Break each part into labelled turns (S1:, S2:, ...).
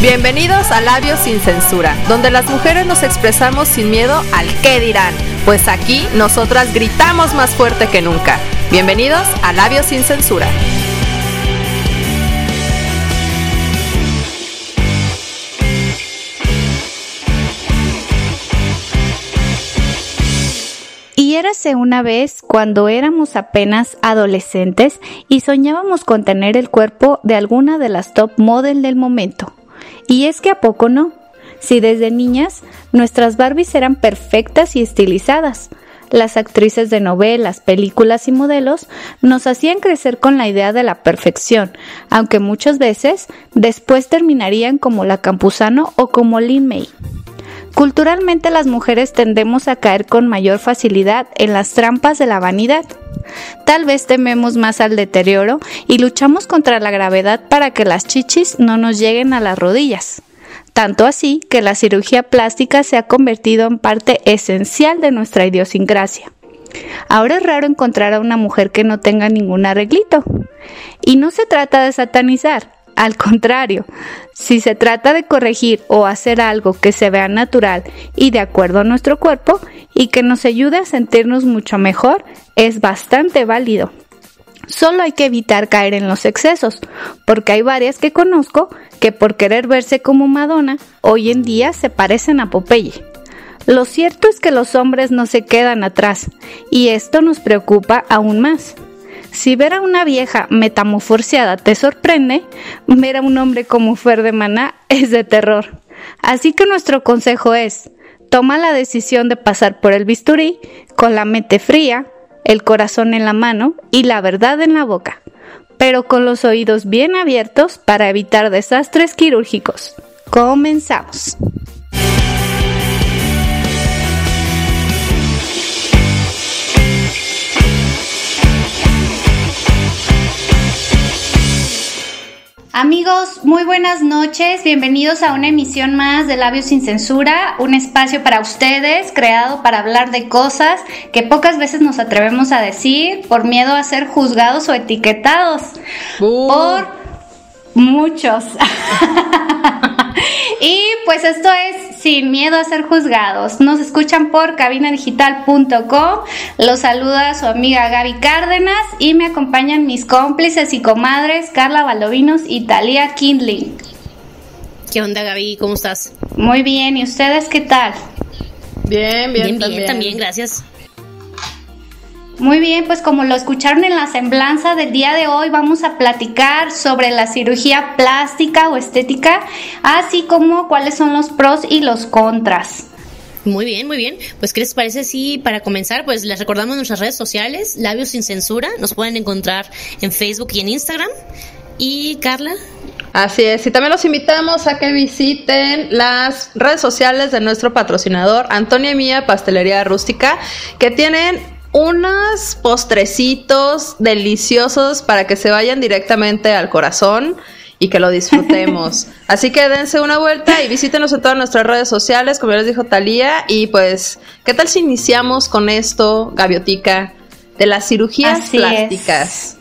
S1: Bienvenidos a Labios sin Censura, donde las mujeres nos expresamos sin miedo al qué dirán, pues aquí nosotras gritamos más fuerte que nunca. Bienvenidos a Labios sin Censura.
S2: Y érase una vez cuando éramos apenas adolescentes y soñábamos con tener el cuerpo de alguna de las top model del momento. Y es que ¿a poco no? Si desde niñas nuestras Barbies eran perfectas y estilizadas, las actrices de novelas, películas y modelos nos hacían crecer con la idea de la perfección, aunque muchas veces después terminarían como la Campuzano o como Lin May. Culturalmente las mujeres tendemos a caer con mayor facilidad en las trampas de la vanidad. Tal vez tememos más al deterioro y luchamos contra la gravedad para que las chichis no nos lleguen a las rodillas. Tanto así que la cirugía plástica se ha convertido en parte esencial de nuestra idiosincrasia. Ahora es raro encontrar a una mujer que no tenga ningún arreglito. Y no se trata de satanizar. Al contrario, si se trata de corregir o hacer algo que se vea natural y de acuerdo a nuestro cuerpo y que nos ayude a sentirnos mucho mejor, es bastante válido. Solo hay que evitar caer en los excesos, porque hay varias que conozco que por querer verse como Madonna, hoy en día se parecen a Popeye. Lo cierto es que los hombres no se quedan atrás, y esto nos preocupa aún más. Si ver a una vieja metamorfoseada te sorprende, ver a un hombre como Fer de Maná es de terror. Así que nuestro consejo es, toma la decisión de pasar por el bisturí con la mente fría, el corazón en la mano y la verdad en la boca, pero con los oídos bien abiertos para evitar desastres quirúrgicos. Comenzamos. Amigos, muy buenas noches, bienvenidos a una emisión más de Labios sin Censura, un espacio para ustedes, creado para hablar de cosas que pocas veces nos atrevemos a decir por miedo a ser juzgados o etiquetados por muchos. Y pues esto es Sin Miedo a Ser Juzgados. Nos escuchan por cabinadigital.com. Los saluda su amiga Gaby Cárdenas y me acompañan mis cómplices y comadres Carla Valdovinos y Talía Kindling.
S3: ¿Qué onda, Gaby? ¿Cómo estás?
S2: Muy bien, ¿y ustedes qué tal?
S1: Bien,
S3: también, gracias.
S2: Muy bien, pues como lo escucharon en la semblanza del día de hoy, vamos a platicar sobre la cirugía plástica o estética, así como cuáles son los pros y los contras.
S3: Muy bien. Pues, ¿qué les parece si para comenzar, pues les recordamos nuestras redes sociales, Labios sin Censura, nos pueden encontrar en Facebook y en Instagram. ¿Y Carla?
S1: Así es, y también los invitamos a que visiten las redes sociales de nuestro patrocinador, Antonia y Mía Pastelería Rústica, que tienen unos postrecitos deliciosos para que se vayan directamente al corazón y que lo disfrutemos. Así que dense una vuelta y visítenos en todas nuestras redes sociales, como ya les dijo Talía. Y pues, ¿qué tal si iniciamos con esto, Gaviotica, de las cirugías plásticas?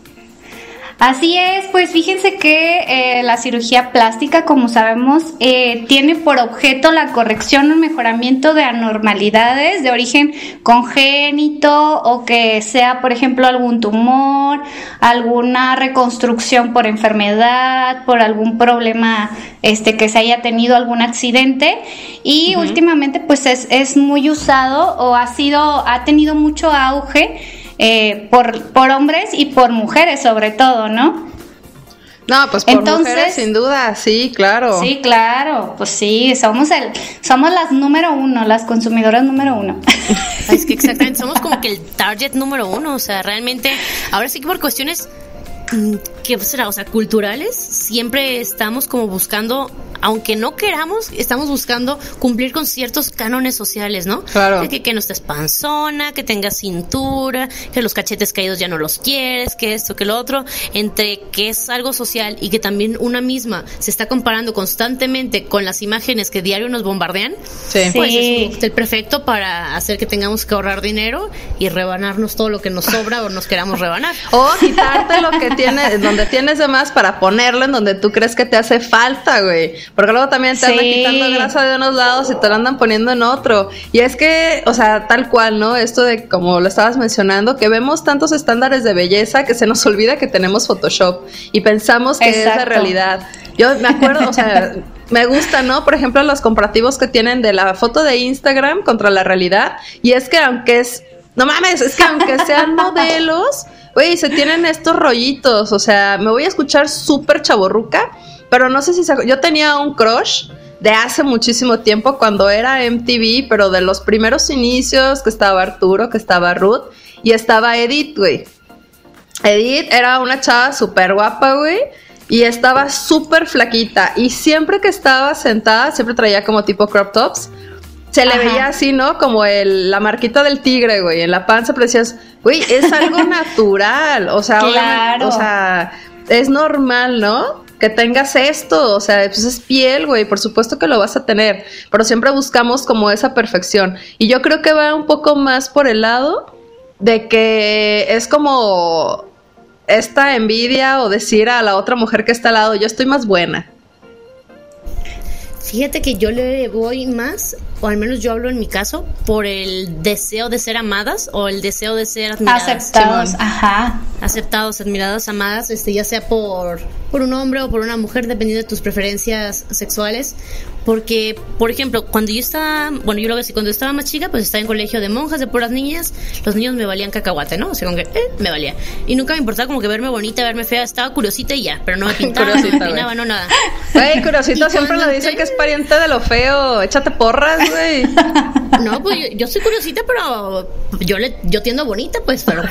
S2: Así es, pues fíjense que la cirugía plástica, como sabemos, tiene por objeto la corrección o mejoramiento de anormalidades de origen congénito o que sea, por ejemplo, algún tumor, alguna reconstrucción por enfermedad, por algún problema que se haya tenido, algún accidente. Y últimamente pues es muy usado o ha tenido mucho auge por hombres y por mujeres sobre todo, ¿no?
S1: No, pues por mujeres sin duda, sí, claro.
S2: Sí, claro, pues sí, somos las número uno, las consumidoras número uno.
S3: Es que exactamente, somos como que el target número uno, o sea, realmente, ahora sí que por cuestiones, ¿qué será? O sea, culturales, siempre estamos como buscando, aunque no queramos, estamos buscando cumplir con ciertos cánones sociales, ¿no?
S1: Claro.
S3: Que no estés panzona, que tengas cintura, que los cachetes caídos ya no los quieres, que esto, que lo otro, entre que es algo social y que también una misma se está comparando constantemente con las imágenes que diario nos bombardean, pues es el perfecto para hacer que tengamos que ahorrar dinero y rebanarnos todo lo que nos sobra o nos queramos rebanar.
S1: O quitarte lo que tienes, donde tienes de más para ponerlo en donde tú crees que te hace falta, güey. porque luego también te andan quitando grasa de unos lados y te lo andan poniendo en otro. Y es que, o sea, tal cual, ¿no? Esto de, como lo estabas mencionando, que vemos tantos estándares de belleza que se nos olvida que tenemos Photoshop y pensamos que es la realidad. Yo me acuerdo, o sea, me gusta, ¿no? Por ejemplo, los comparativos que tienen de la foto de Instagram contra la realidad. Y es que aunque no mames, es que aunque sean modelos, güey, se tienen estos rollitos. O sea, me voy a escuchar súper chavorruca, pero no sé si yo tenía un crush de hace muchísimo tiempo cuando era MTV, pero de los primeros inicios, que estaba Arturo, que estaba Ruth y estaba Edith, güey. Edith era una chava súper guapa, güey, y estaba súper flaquita. Y siempre que estaba sentada, siempre traía como tipo crop tops. Se le veía así, ¿no? Como la marquita del tigre, güey, en la panza, pero decías, güey, es algo natural. O sea,
S2: claro.
S1: O sea, es normal, ¿no? Que tengas esto, o sea, pues es piel, güey, por supuesto que lo vas a tener, pero siempre buscamos como esa perfección. Y yo creo que va un poco más por el lado de que es como esta envidia o decir a la otra mujer que está al lado, yo estoy más buena.
S3: Fíjate que yo le voy más, o al menos yo hablo en mi caso, por el deseo de ser amadas o el deseo de ser admiradas.
S2: Aceptados,
S3: aceptados, admiradas, amadas, ya sea por un hombre o por una mujer, dependiendo de tus preferencias sexuales. Porque, por ejemplo, cuando yo estaba, bueno, yo lo veo así, cuando estaba más chica, pues estaba en colegio de monjas, de puras niñas, los niños me valían cacahuate, ¿no? O sea, como que, me valía. Y nunca me importaba como que verme bonita, verme fea, estaba curiosita y ya, pero no me pintaba, no me peinaba, no nada.
S1: Güey, curiosita siempre le dicen que es pariente de lo feo, échate porras, güey.
S3: No, pues yo soy curiosita, pero yo tiendo bonita, pues, pero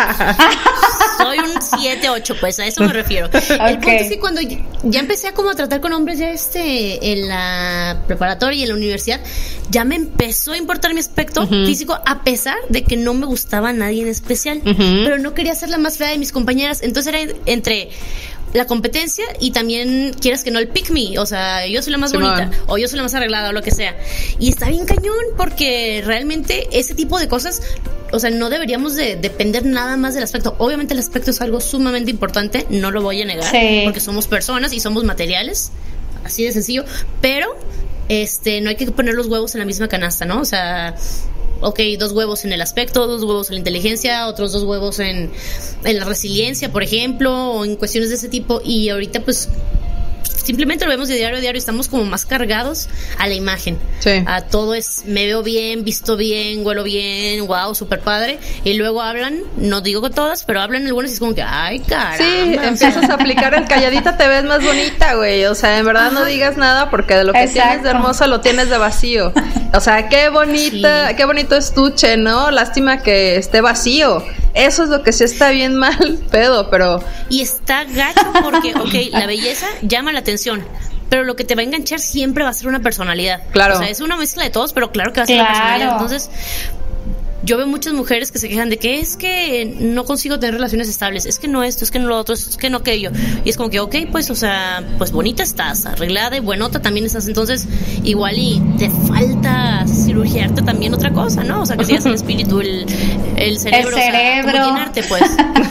S3: soy un 7-8, pues, a eso me refiero. El punto es que cuando ya empecé a como a tratar con hombres ya en la preparatoria y en la universidad, ya me empezó a importar mi aspecto físico, a pesar de que no me gustaba nadie en especial, pero no quería ser la más fea de mis compañeras, entonces era entre la competencia y también, quieras que no, el pick me, o sea, yo soy la más bonita, o yo soy la más arreglada, o lo que sea, y está bien cañón, porque realmente ese tipo de cosas, o sea, no deberíamos de depender nada más del aspecto. Obviamente el aspecto es algo sumamente importante, no lo voy a negar, porque somos personas y somos materiales, así de sencillo, pero no hay que poner los huevos en la misma canasta, ¿no? O sea, ok, 2 huevos en el aspecto, 2 huevos en la inteligencia, otros 2 huevos en la resiliencia, por ejemplo, o en cuestiones de ese tipo. Y ahorita pues simplemente lo vemos de diario a diario, estamos como más cargados a la imagen. A todo es, me veo bien, visto bien, huelo bien, wow, súper padre. Y luego hablan, no digo que todas, pero hablan algunas y es como que, ay, caramba. Sí,
S1: empiezas a aplicar el calladita te ves más bonita, güey. O sea, en verdad no digas nada porque de lo que tienes de hermosa lo tienes de vacío. O sea, qué bonita, qué bonito estuche, ¿no? Lástima que esté vacío. Eso es lo que sí está bien mal, pedo, pero...
S3: Y está gacho porque, ok, la belleza llama la atención, pero lo que te va a enganchar siempre va a ser una personalidad.
S1: Claro.
S3: O sea, es una mezcla de todos, pero claro que va a ser una personalidad. Entonces, yo veo muchas mujeres que se quejan de que es que no consigo tener relaciones estables, es que no esto, es que no lo otro, es que no aquello. Y es como que, ok, pues, o sea, pues bonita estás, arreglada y buenota también estás, entonces igual y te falta cirugiarte también otra cosa, ¿no? O sea, que seas el espíritu, el cerebro. O sea, como llenarte, pues.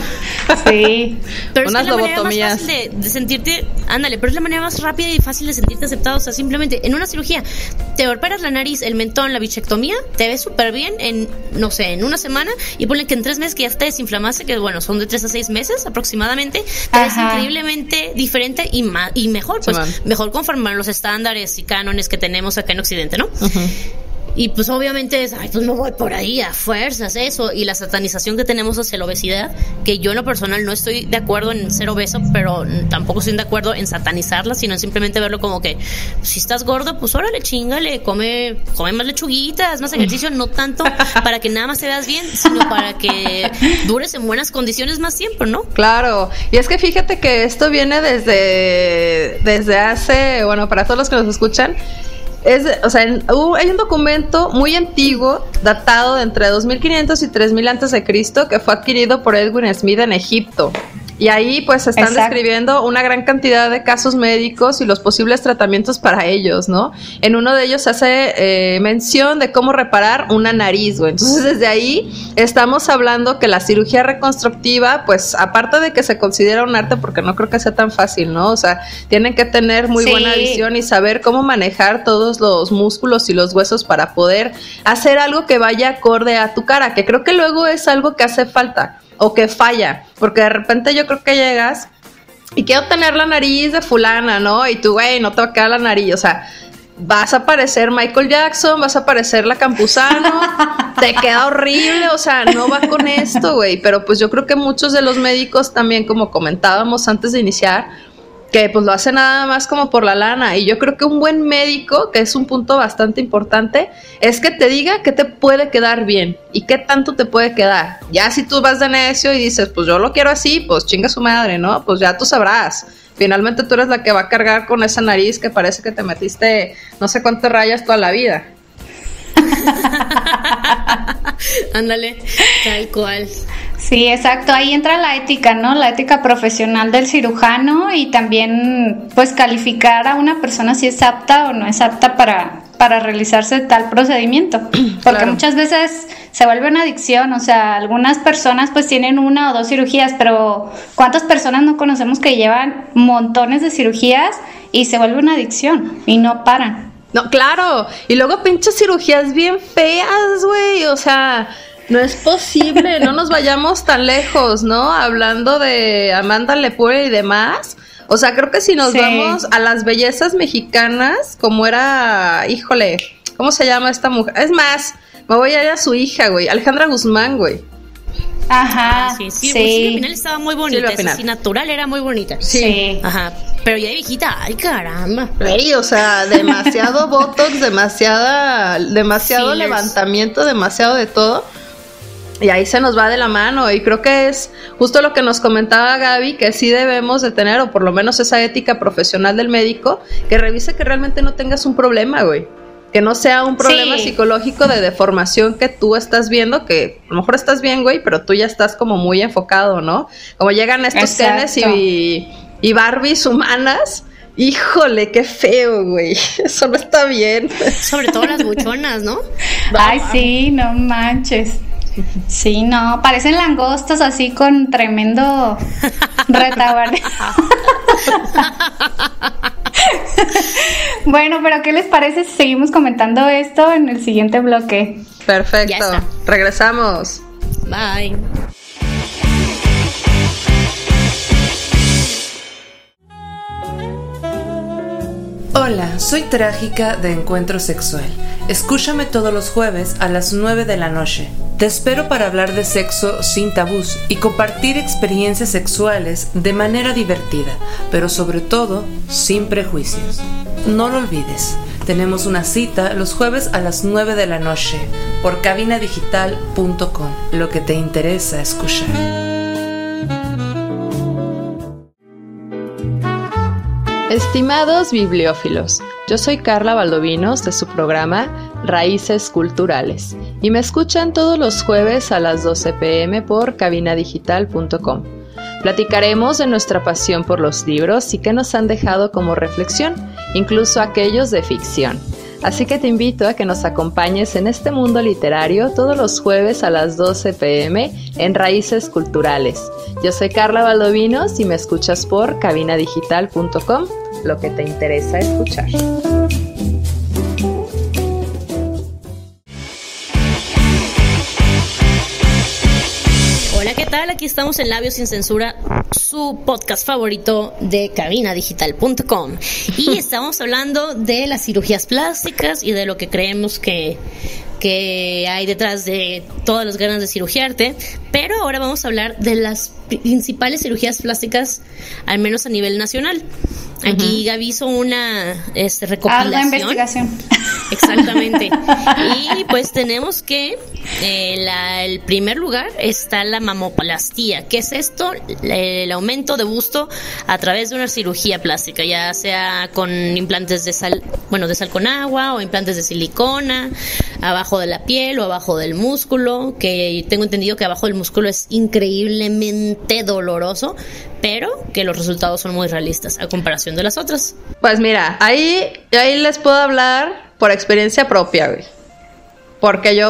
S2: Sí.
S3: Pero unas es la manera más fácil de sentirte, ándale, pero es la manera más rápida y fácil de sentirte aceptado. O sea, simplemente en una cirugía te operas la nariz, el mentón, la bichectomía, te ves súper bien en, no sé, en una semana, y ponle que en 3 meses que ya te desinflamaste, que bueno, son de 3 a 6 meses aproximadamente, te ves increíblemente diferente y mejor, pues mejor conforme a los estándares y cánones que tenemos acá en Occidente, ¿no? Y pues obviamente es, ay, pues no voy por ahí a fuerzas, eso. Y la satanización que tenemos hacia la obesidad, que yo en lo personal no estoy de acuerdo en ser obeso, pero tampoco estoy de acuerdo en satanizarla, sino en simplemente verlo como que, si estás gordo, pues órale, chíngale, come más lechuguitas, más ejercicio, no tanto para que nada más te veas bien, sino para que dures en buenas condiciones más tiempo, ¿no?
S1: Claro, y es que fíjate que esto viene desde hace, bueno, para todos los que nos escuchan, o sea, hay un documento muy antiguo, datado de entre 2500 y 3000 a.C., que fue adquirido por Edwin Smith en Egipto. Y ahí pues están describiendo una gran cantidad de casos médicos y los posibles tratamientos para ellos, ¿no? En uno de ellos hace mención de cómo reparar una nariz, güey. Entonces desde ahí estamos hablando que la cirugía reconstructiva, pues aparte de que se considera un arte, porque no creo que sea tan fácil, ¿no? O sea, tienen que tener muy buena visión y saber cómo manejar todos los músculos y los huesos para poder hacer algo que vaya acorde a tu cara, que creo que luego es algo que hace falta o que falla, porque de repente yo creo que llegas y quiero tener la nariz de fulana, ¿no? Y tú, güey, no te va a quedar la nariz, o sea, vas a parecer Michael Jackson, vas a parecer la Campuzano, te queda horrible, o sea, no va con esto, güey. Pero pues yo creo que muchos de los médicos también, como comentábamos antes de iniciar, que pues lo hacen nada más como por la lana. Y yo creo que un buen médico, que es un punto bastante importante, es que te diga qué te puede quedar bien y qué tanto te puede quedar. Ya si tú vas de necio y dices, pues yo lo quiero así, pues chinga su madre, ¿no? Pues ya tú sabrás. Finalmente tú eres la que va a cargar con esa nariz que parece que te metiste no sé cuántas rayas toda la vida.
S3: Ándale, tal cual.
S2: Sí, exacto, ahí entra la ética, ¿no? La ética profesional del cirujano y también pues calificar a una persona si es apta o no es apta para realizarse tal procedimiento, porque claro, muchas veces se vuelve una adicción, o sea, algunas personas pues tienen 1 o 2 cirugías, pero ¿cuántas personas no conocemos que llevan montones de cirugías y se vuelve una adicción y no paran?
S1: No, claro, y luego pinches cirugías bien feas, güey, o sea, no es posible, no nos vayamos tan lejos, ¿no? Hablando de Amanda Lepore y demás, o sea, creo que si nos vamos a las bellezas mexicanas, como era, híjole, ¿cómo se llama esta mujer? Es más, me voy a ir a su hija, güey, Alejandra Guzmán, güey.
S2: Ajá,
S3: sí. Silvia Pinal estaba muy bonita, así natural, era muy bonita.
S1: Sí.
S3: Ajá, pero ya de viejita, ay caramba.
S1: Ey, o sea, demasiado botox, demasiado levantamiento, demasiado de todo. Y ahí se nos va de la mano, y creo que es justo lo que nos comentaba Gaby, que sí debemos de tener, o por lo menos esa ética profesional del médico, que revise que realmente no tengas un problema, güey. Que no sea un problema psicológico de deformación que tú estás viendo, que a lo mejor estás bien, güey, pero tú ya estás como muy enfocado, ¿no? Como llegan estos Kenes y Barbies humanas, híjole, qué feo, güey, eso no está bien.
S3: Sobre todo las buchonas, ¿no?
S2: Ay, sí, no manches. Sí, no, parecen langostas así con tremendo retaguardia. Bueno, pero ¿qué les parece si seguimos comentando esto en el siguiente bloque?
S1: Perfecto, regresamos.
S3: Bye.
S4: Hola, soy Trágica de Encuentro Sexual. Escúchame todos los jueves a las 9 de la noche. Te espero para hablar de sexo sin tabús y compartir experiencias sexuales de manera divertida, pero sobre todo sin prejuicios. No lo olvides, tenemos una cita los jueves a las 9 de la noche por cabinadigital.com, lo que te interesa escuchar.
S1: Estimados bibliófilos, yo soy Carla Valdovinos de su programa Raíces Culturales y me escuchan todos los jueves a las 12 p.m. por cabinadigital.com. Platicaremos de nuestra pasión por los libros y qué nos han dejado como reflexión, incluso aquellos de ficción. Así que te invito a que nos acompañes en este mundo literario todos los jueves a las 12 p.m. en Raíces Culturales. Yo soy Carla Valdovinos y me escuchas por cabinadigital.com, lo que te interesa escuchar.
S3: Hola, ¿qué tal? Aquí estamos en Labios Sin Censura, su podcast favorito de cabinadigital.com. Y estamos hablando de las cirugías plásticas y de lo que creemos que hay detrás de todas las ganas de cirugiarte. Pero ahora vamos a hablar de las principales cirugías plásticas, al menos a nivel nacional. Aquí Gaby hizo una recopilación.
S2: La investigación.
S3: Exactamente. Y pues tenemos que el primer lugar está la mamoplastía. ¿Qué es esto? El aumento de busto a través de una cirugía plástica, ya sea con implantes de sal con agua o implantes de silicona, abajo de la piel o abajo del músculo, que tengo entendido que abajo del músculo es increíblemente doloroso, pero que los resultados son muy realistas a comparación de las otras.
S1: Pues mira, ahí les puedo hablar por experiencia propia, güey. Porque yo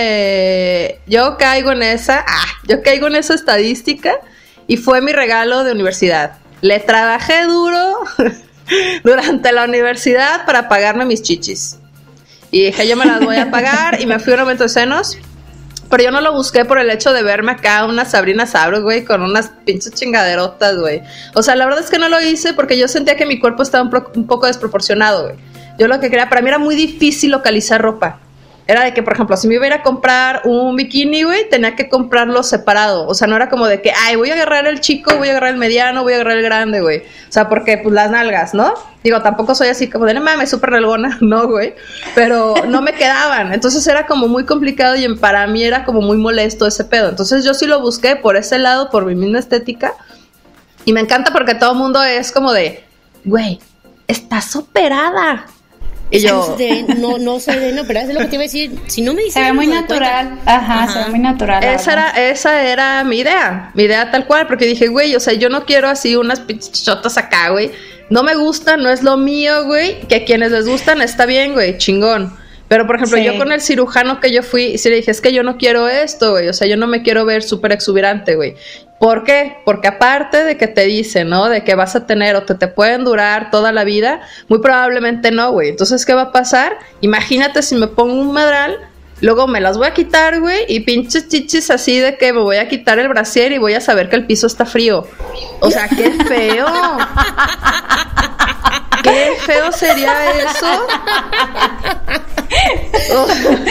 S1: caigo en esa estadística y fue mi regalo de universidad. Le trabajé duro durante la universidad para pagarme mis chichis. Y dije, yo me las voy a pagar y me fui a un aumento de senos. Pero yo no lo busqué por el hecho de verme acá una Sabrina Sabrok, güey, con unas pinches chingaderotas, güey. O sea, la verdad es que no lo hice porque yo sentía que mi cuerpo estaba un poco desproporcionado, güey. Yo lo que quería, para mí era muy difícil localizar ropa. Era de que, por ejemplo, si me iba a ir a comprar un bikini, güey, tenía que comprarlo separado. O sea, no era como de que, ay, voy a agarrar el chico, voy a agarrar el mediano, voy a agarrar el grande, güey. O sea, porque, pues, las nalgas, ¿no? Digo, tampoco soy así como de, no mames, súper nalgona, no, güey. Pero no me quedaban. Entonces era como muy complicado y para mí era como muy molesto ese pedo. Entonces yo sí lo busqué por ese lado, por mi misma estética. Y me encanta porque todo el mundo es como de, güey, estás operada. Y yo,
S3: no se ve, no, pero es lo que te iba a decir. Si no me dices,
S2: se ve muy natural. Ajá, se ve muy natural.
S1: Esa era mi idea tal cual, porque dije, güey, o sea, yo no quiero así unas pichotas acá, güey. No me gusta, no es lo mío, güey. Que a quienes les gustan está bien, güey, chingón. Pero, por ejemplo, yo con el cirujano que yo fui, sí le dije, es que yo no quiero esto, güey. O sea, yo no me quiero ver súper exuberante, güey. ¿Por qué? Porque aparte de que te dicen, ¿no? De que vas a tener o te pueden durar toda la vida, muy probablemente no, güey. Entonces, ¿qué va a pasar? Imagínate si me pongo un medral, luego me las voy a quitar, güey, y pinches chichis así de que me voy a quitar el brasier y voy a saber que el piso está frío. O sea, qué feo. Qué feo sería eso. Oh.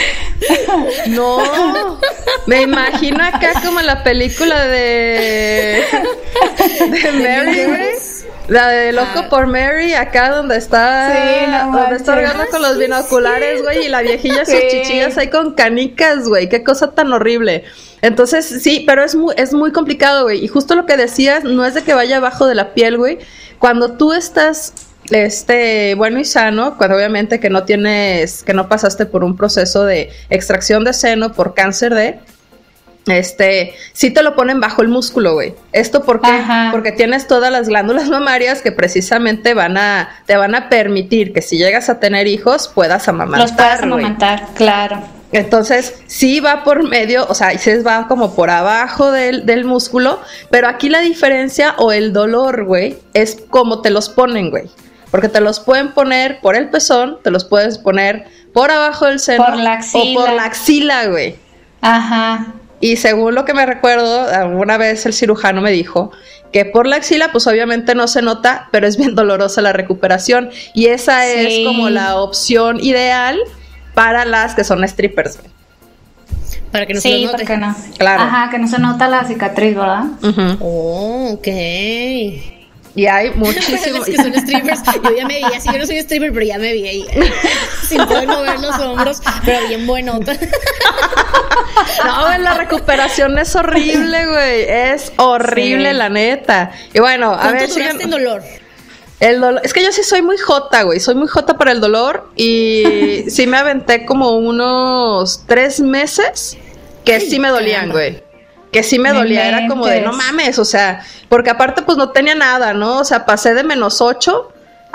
S1: No, me imagino acá como la película de Mary, güey. La de Loco por Mary, acá donde está orgando con los binoculares, güey, y la viejilla sus chichillas ahí con canicas, güey, qué cosa tan horrible. Entonces, sí, pero es muy complicado, güey, y justo lo que decías, no es de que vaya abajo de la piel, güey, cuando tú estás bueno y sano, cuando obviamente que no pasaste por un proceso de extracción de seno por cáncer sí te lo ponen bajo el músculo, güey. ¿Esto por qué? Ajá. Porque tienes todas las glándulas mamarias que precisamente te van a permitir que si llegas a tener hijos puedas amamantar.
S2: Los puedas amamantar, claro.
S1: Entonces, sí va por medio, o sea, sí va como por abajo del músculo, pero aquí la diferencia o el dolor, güey, es como te los ponen, güey. Porque te los pueden poner por el pezón, te los puedes poner por abajo del seno
S2: por la axila.
S1: O por la axila, güey.
S2: Ajá.
S1: Y según lo que me recuerdo, alguna vez el cirujano me dijo que por la axila, pues obviamente no se nota, pero es bien dolorosa la recuperación. Y esa es como la opción ideal para las que son strippers, güey.
S3: Para que no se note.
S2: Sí, porque no.
S1: Claro.
S2: Ajá, que no se nota la cicatriz, ¿verdad?
S1: Uh-huh.
S3: Oh, ok.
S1: Y hay muchísimos.
S3: que son strippers. Yo ya me vi así, yo no soy stripper, pero ya me vi ahí. Sin poder mover los hombros, pero bien buenota.
S1: No, güey, la recuperación es horrible, güey. Es horrible, la neta. Y bueno, a ver.
S3: ¿Cuánto duraste en dolor?
S1: El dolor, es que yo sí soy muy jota, güey. Soy muy jota para el dolor. Y sí me aventé como unos 3 meses que sí me dolían, güey. Que sí me dolía, era como de no mames, o sea, porque aparte pues no tenía nada, ¿no? O sea, pasé de -8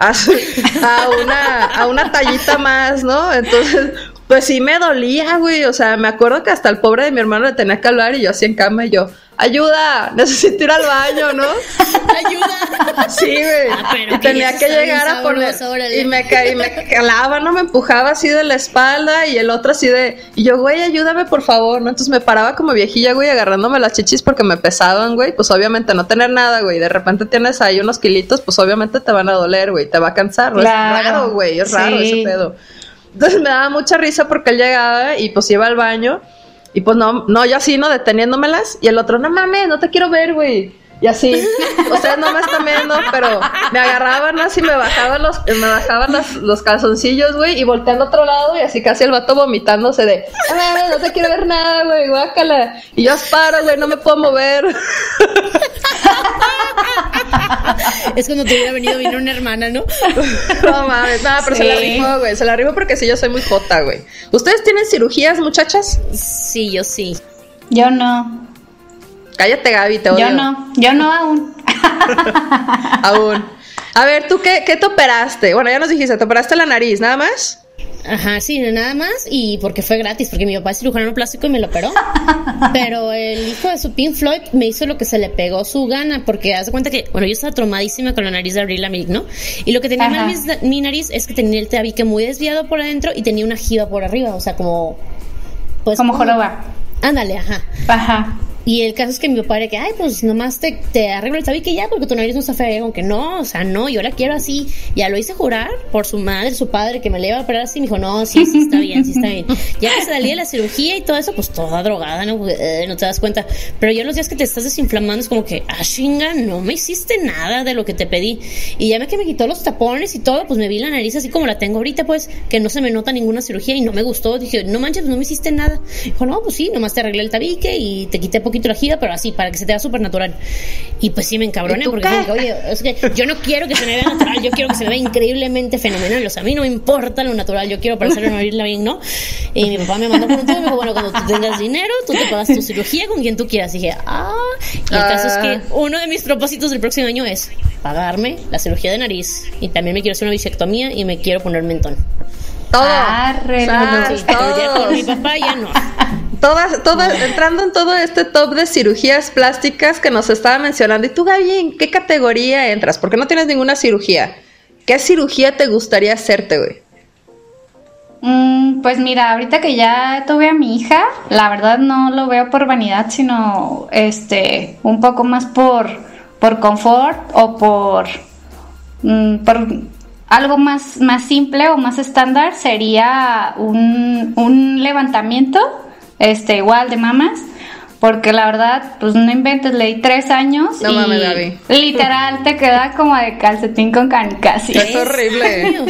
S1: a una tallita más, ¿no? Entonces, pues sí me dolía, güey, o sea, me acuerdo que hasta el pobre de mi hermano le tenía que hablar y yo así en cama y yo, ayuda, necesito ir al baño, ¿no?
S3: Ayuda.
S1: Sí, güey. Y tenía que llegar a poner y me calaba, ¿no? Me empujaba así de la espalda y el otro así de y yo, güey, ayúdame por favor, ¿no? Entonces me paraba como viejilla, güey, agarrándome las chichis porque me pesaban, güey. Pues obviamente no tener nada, güey. De repente tienes ahí unos kilitos, pues obviamente te van a doler, güey. Te va a cansar, ¿no?
S2: Claro.
S1: Es raro, güey, es raro ese pedo. Entonces me daba mucha risa porque él llegaba y pues iba al baño. Y pues no, yo así, ¿no? Deteniéndomelas. Y el otro, no mames, no te quiero ver, güey. Y así, ustedes no me están viendo, pero me agarraban así, me bajaban los calzoncillos, güey, y volteando a otro lado, y así casi el vato vomitándose de, no te quiero ver nada, güey, guácala. Y yo paro, güey, no me puedo mover.
S3: Es cuando te hubiera venido una hermana, ¿no?
S1: No mames, nada, pero sí. Se la rifó porque sí, yo soy muy jota, güey. ¿Ustedes tienen cirugías, muchachas?
S3: Sí, yo sí.
S2: Yo no.
S1: Cállate, Gaby, te odio.
S2: Yo no aún.
S1: Aún. A ver, ¿tú qué te operaste? Bueno, ya nos dijiste, ¿te operaste la nariz, nada más?
S3: Ajá, sí, nada más, y porque fue gratis, porque mi papá es cirujano plástico y me lo operó. Pero el hijo de su Pink Floyd me hizo lo que se le pegó su gana, porque haz de cuenta que, bueno, yo estaba traumadísima con la nariz de Avril Lavigne, ¿no? Y lo que tenía mal mi nariz es que tenía el tabique muy desviado por adentro y tenía una jiba por arriba, o sea, como...
S2: Pues, como joroba.
S3: Ándale, ajá.
S2: Ajá.
S3: Y el caso es que mi papá era que, ay, pues nomás te arreglo el tabique ya, porque tu nariz no está fea. Aunque no, o sea, no, yo la quiero así. Ya lo hice jurar por su madre, su padre, que me la iba a operar así. Me dijo, no, sí está bien, sí está bien. Ya que salí de la cirugía y todo eso, pues toda drogada, ¿no? No te das cuenta. Pero ya los días que te estás desinflamando es como que, chinga, no me hiciste nada de lo que te pedí. Y ya que me quitó los tapones y todo, pues me vi la nariz así como la tengo ahorita, pues, que no se me nota ninguna cirugía y no me gustó. Dije, no manches, pues no me hiciste nada. Dijo, no, pues sí, nomás te arreglé el tabique y te quité poquito la jiba, pero así, para que se te vea súper natural. Y pues sí me encabroné, porque dije, oye, es que yo no quiero que se me vea natural, yo quiero que se me vea increíblemente fenomenal. O sea, a mí no me importa lo natural, yo quiero parecer una Avril Lavigne, ¿no? Y mi papá me mandó por un tubo y me dijo, bueno, cuando tú tengas dinero, tú te pagas tu cirugía con quien tú quieras. Y dije, y el caso es que uno de mis propósitos del próximo año es pagarme la cirugía de nariz. Y también me quiero hacer una bisectomía y me quiero poner mentón.
S1: Todo.
S3: Sí, pero ya con mi papá ya no.
S1: Todas, entrando en todo este top de cirugías plásticas que nos estaba mencionando. ¿Y tú, Gaby, en qué categoría entras? Porque no tienes ninguna cirugía. ¿Qué cirugía te gustaría hacerte, güey?
S2: Pues mira, ahorita que ya tuve a mi hija, la verdad no lo veo por vanidad, sino un poco más por confort o por algo más simple o más estándar. Sería un levantamiento igual de mamas, porque la verdad, pues no inventes, le di 3 años
S1: no,
S2: y
S1: mames, Gaby,
S2: literal te queda como de calcetín con canicasi.
S1: Es horrible.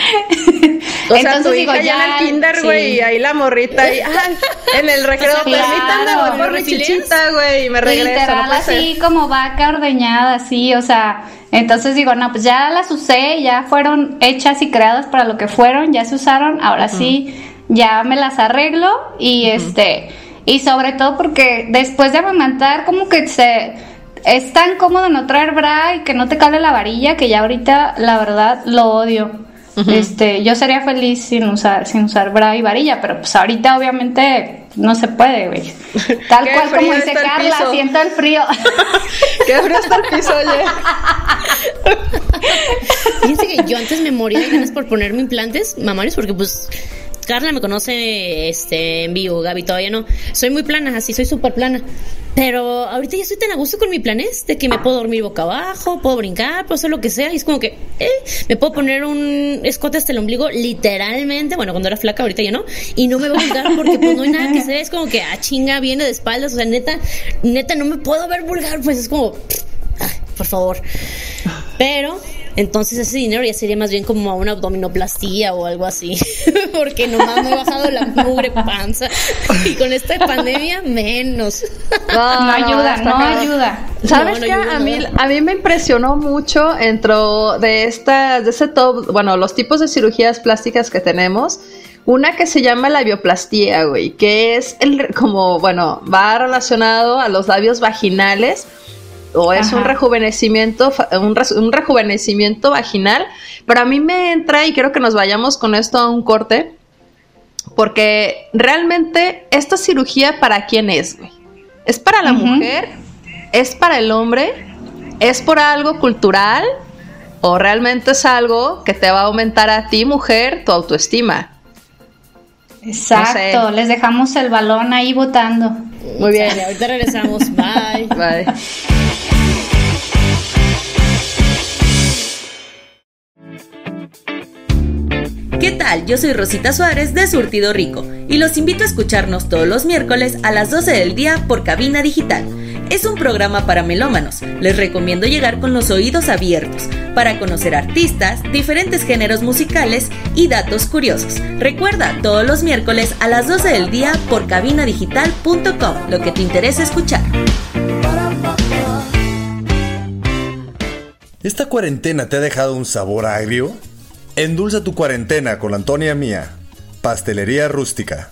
S1: O sea, tu hija ya en el kinder, güey, sí. Y ahí la morrita ahí, en el recreo, permítanme, voy por mi chichita, güey, y me regreso.
S2: Literal, no así como vaca ordeñada, así, o sea, entonces digo, no, pues ya las usé, ya fueron hechas y creadas para lo que fueron, ya se usaron, ahora sí, ya me las arreglo y y sobre todo porque después de amamantar como que es tan cómodo no traer bra y que no te cale la varilla, que ya ahorita la verdad lo odio. Yo sería feliz sin usar bra y varilla, pero pues ahorita obviamente no se puede, güey. Tal cual como dice Carla, siento el frío.
S1: Qué frío está el piso, oye.
S3: Fíjense que yo antes me moría de ganas por ponerme implantes mamarios, porque pues Carla me conoce en vivo, Gaby todavía no. Soy muy plana, así soy súper plana. Pero ahorita ya estoy tan a gusto con mi planés de que me puedo dormir boca abajo, puedo brincar, puedo hacer lo que sea. Y es como que me puedo poner un escote hasta el ombligo, literalmente. Bueno, cuando era flaca, ahorita ya no. Y no me voy a vulgar porque pues no hay nada que se ve. Es como que, chinga, viene de espaldas. O sea, neta, no me puedo ver vulgar. Pues es como, por favor. Pero entonces ese dinero ya sería más bien como a una abdominoplastía o algo así. Porque nomás me he bajado la mugre panza. Y con esta pandemia, menos.
S2: No ayuda.
S1: ¿Sabes qué? A mí me impresionó mucho dentro de ese top, bueno, los tipos de cirugías plásticas que tenemos. Una que se llama la labioplastía, güey, que es va relacionado a los labios vaginales. O es un rejuvenecimiento vaginal, pero a mí me entra, y quiero que nos vayamos con esto a un corte, porque realmente esta cirugía, ¿para quién es, güey? ¿Es para la mujer? ¿Es para el hombre? ¿Es por algo cultural? ¿O realmente es algo que te va a aumentar a ti, mujer, tu autoestima?
S2: Exacto, no sé. Les dejamos el balón ahí votando.
S1: Muy bien.
S3: Ahorita regresamos, bye.
S1: Bye.
S5: ¿Qué tal? Yo soy Rosita Suárez de Surtido Rico y los invito a escucharnos todos los miércoles a las 12 del día por Cabina Digital. es un programa para melómanos. Les recomiendo llegar con los oídos abiertos para conocer artistas, diferentes géneros musicales y datos curiosos. Recuerda, todos los miércoles a las 12 del día por cabinadigital.com, lo que te interesa escuchar.
S6: ¿Esta cuarentena te ha dejado un sabor agrio? Endulza tu cuarentena con Antonia Mía, Pastelería Rústica.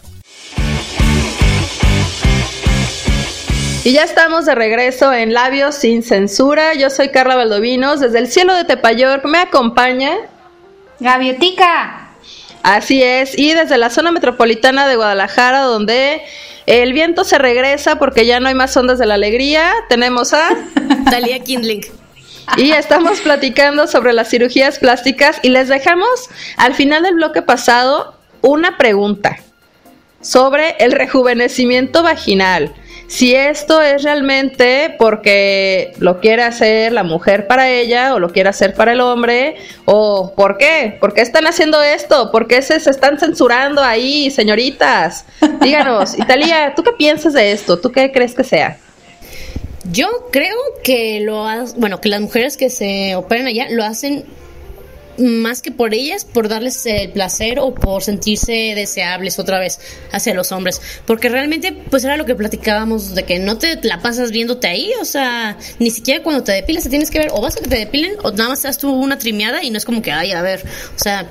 S1: Y ya estamos de regreso en Labios sin Censura. Yo soy Carla Valdovinos. Desde el cielo de Tepayork me acompaña
S2: Gaviotica.
S1: Así es. Y desde la zona metropolitana de Guadalajara, donde el viento se regresa porque ya no hay más ondas de la alegría, tenemos a
S3: Talía Kindling.
S1: Y estamos platicando sobre las cirugías plásticas. Y les dejamos al final del bloque pasado una pregunta sobre el rejuvenecimiento vaginal. Si esto es realmente porque lo quiere hacer la mujer para ella o lo quiere hacer para el hombre, o ¿por qué? ¿Por qué están haciendo esto? ¿Por qué se están censurando ahí, señoritas? Díganos. Italia, ¿tú qué piensas de esto? ¿Tú qué crees que sea?
S3: Yo creo que que las mujeres que se operan allá lo hacen más que por ellas, por darles el placer o por sentirse deseables otra vez hacia los hombres, porque realmente pues era lo que platicábamos, de que no te la pasas viéndote ahí, o sea, ni siquiera cuando te depilas te tienes que ver, o vas a que te depilen o nada más te das tú una trimeada y no es como que, ay, a ver, o sea.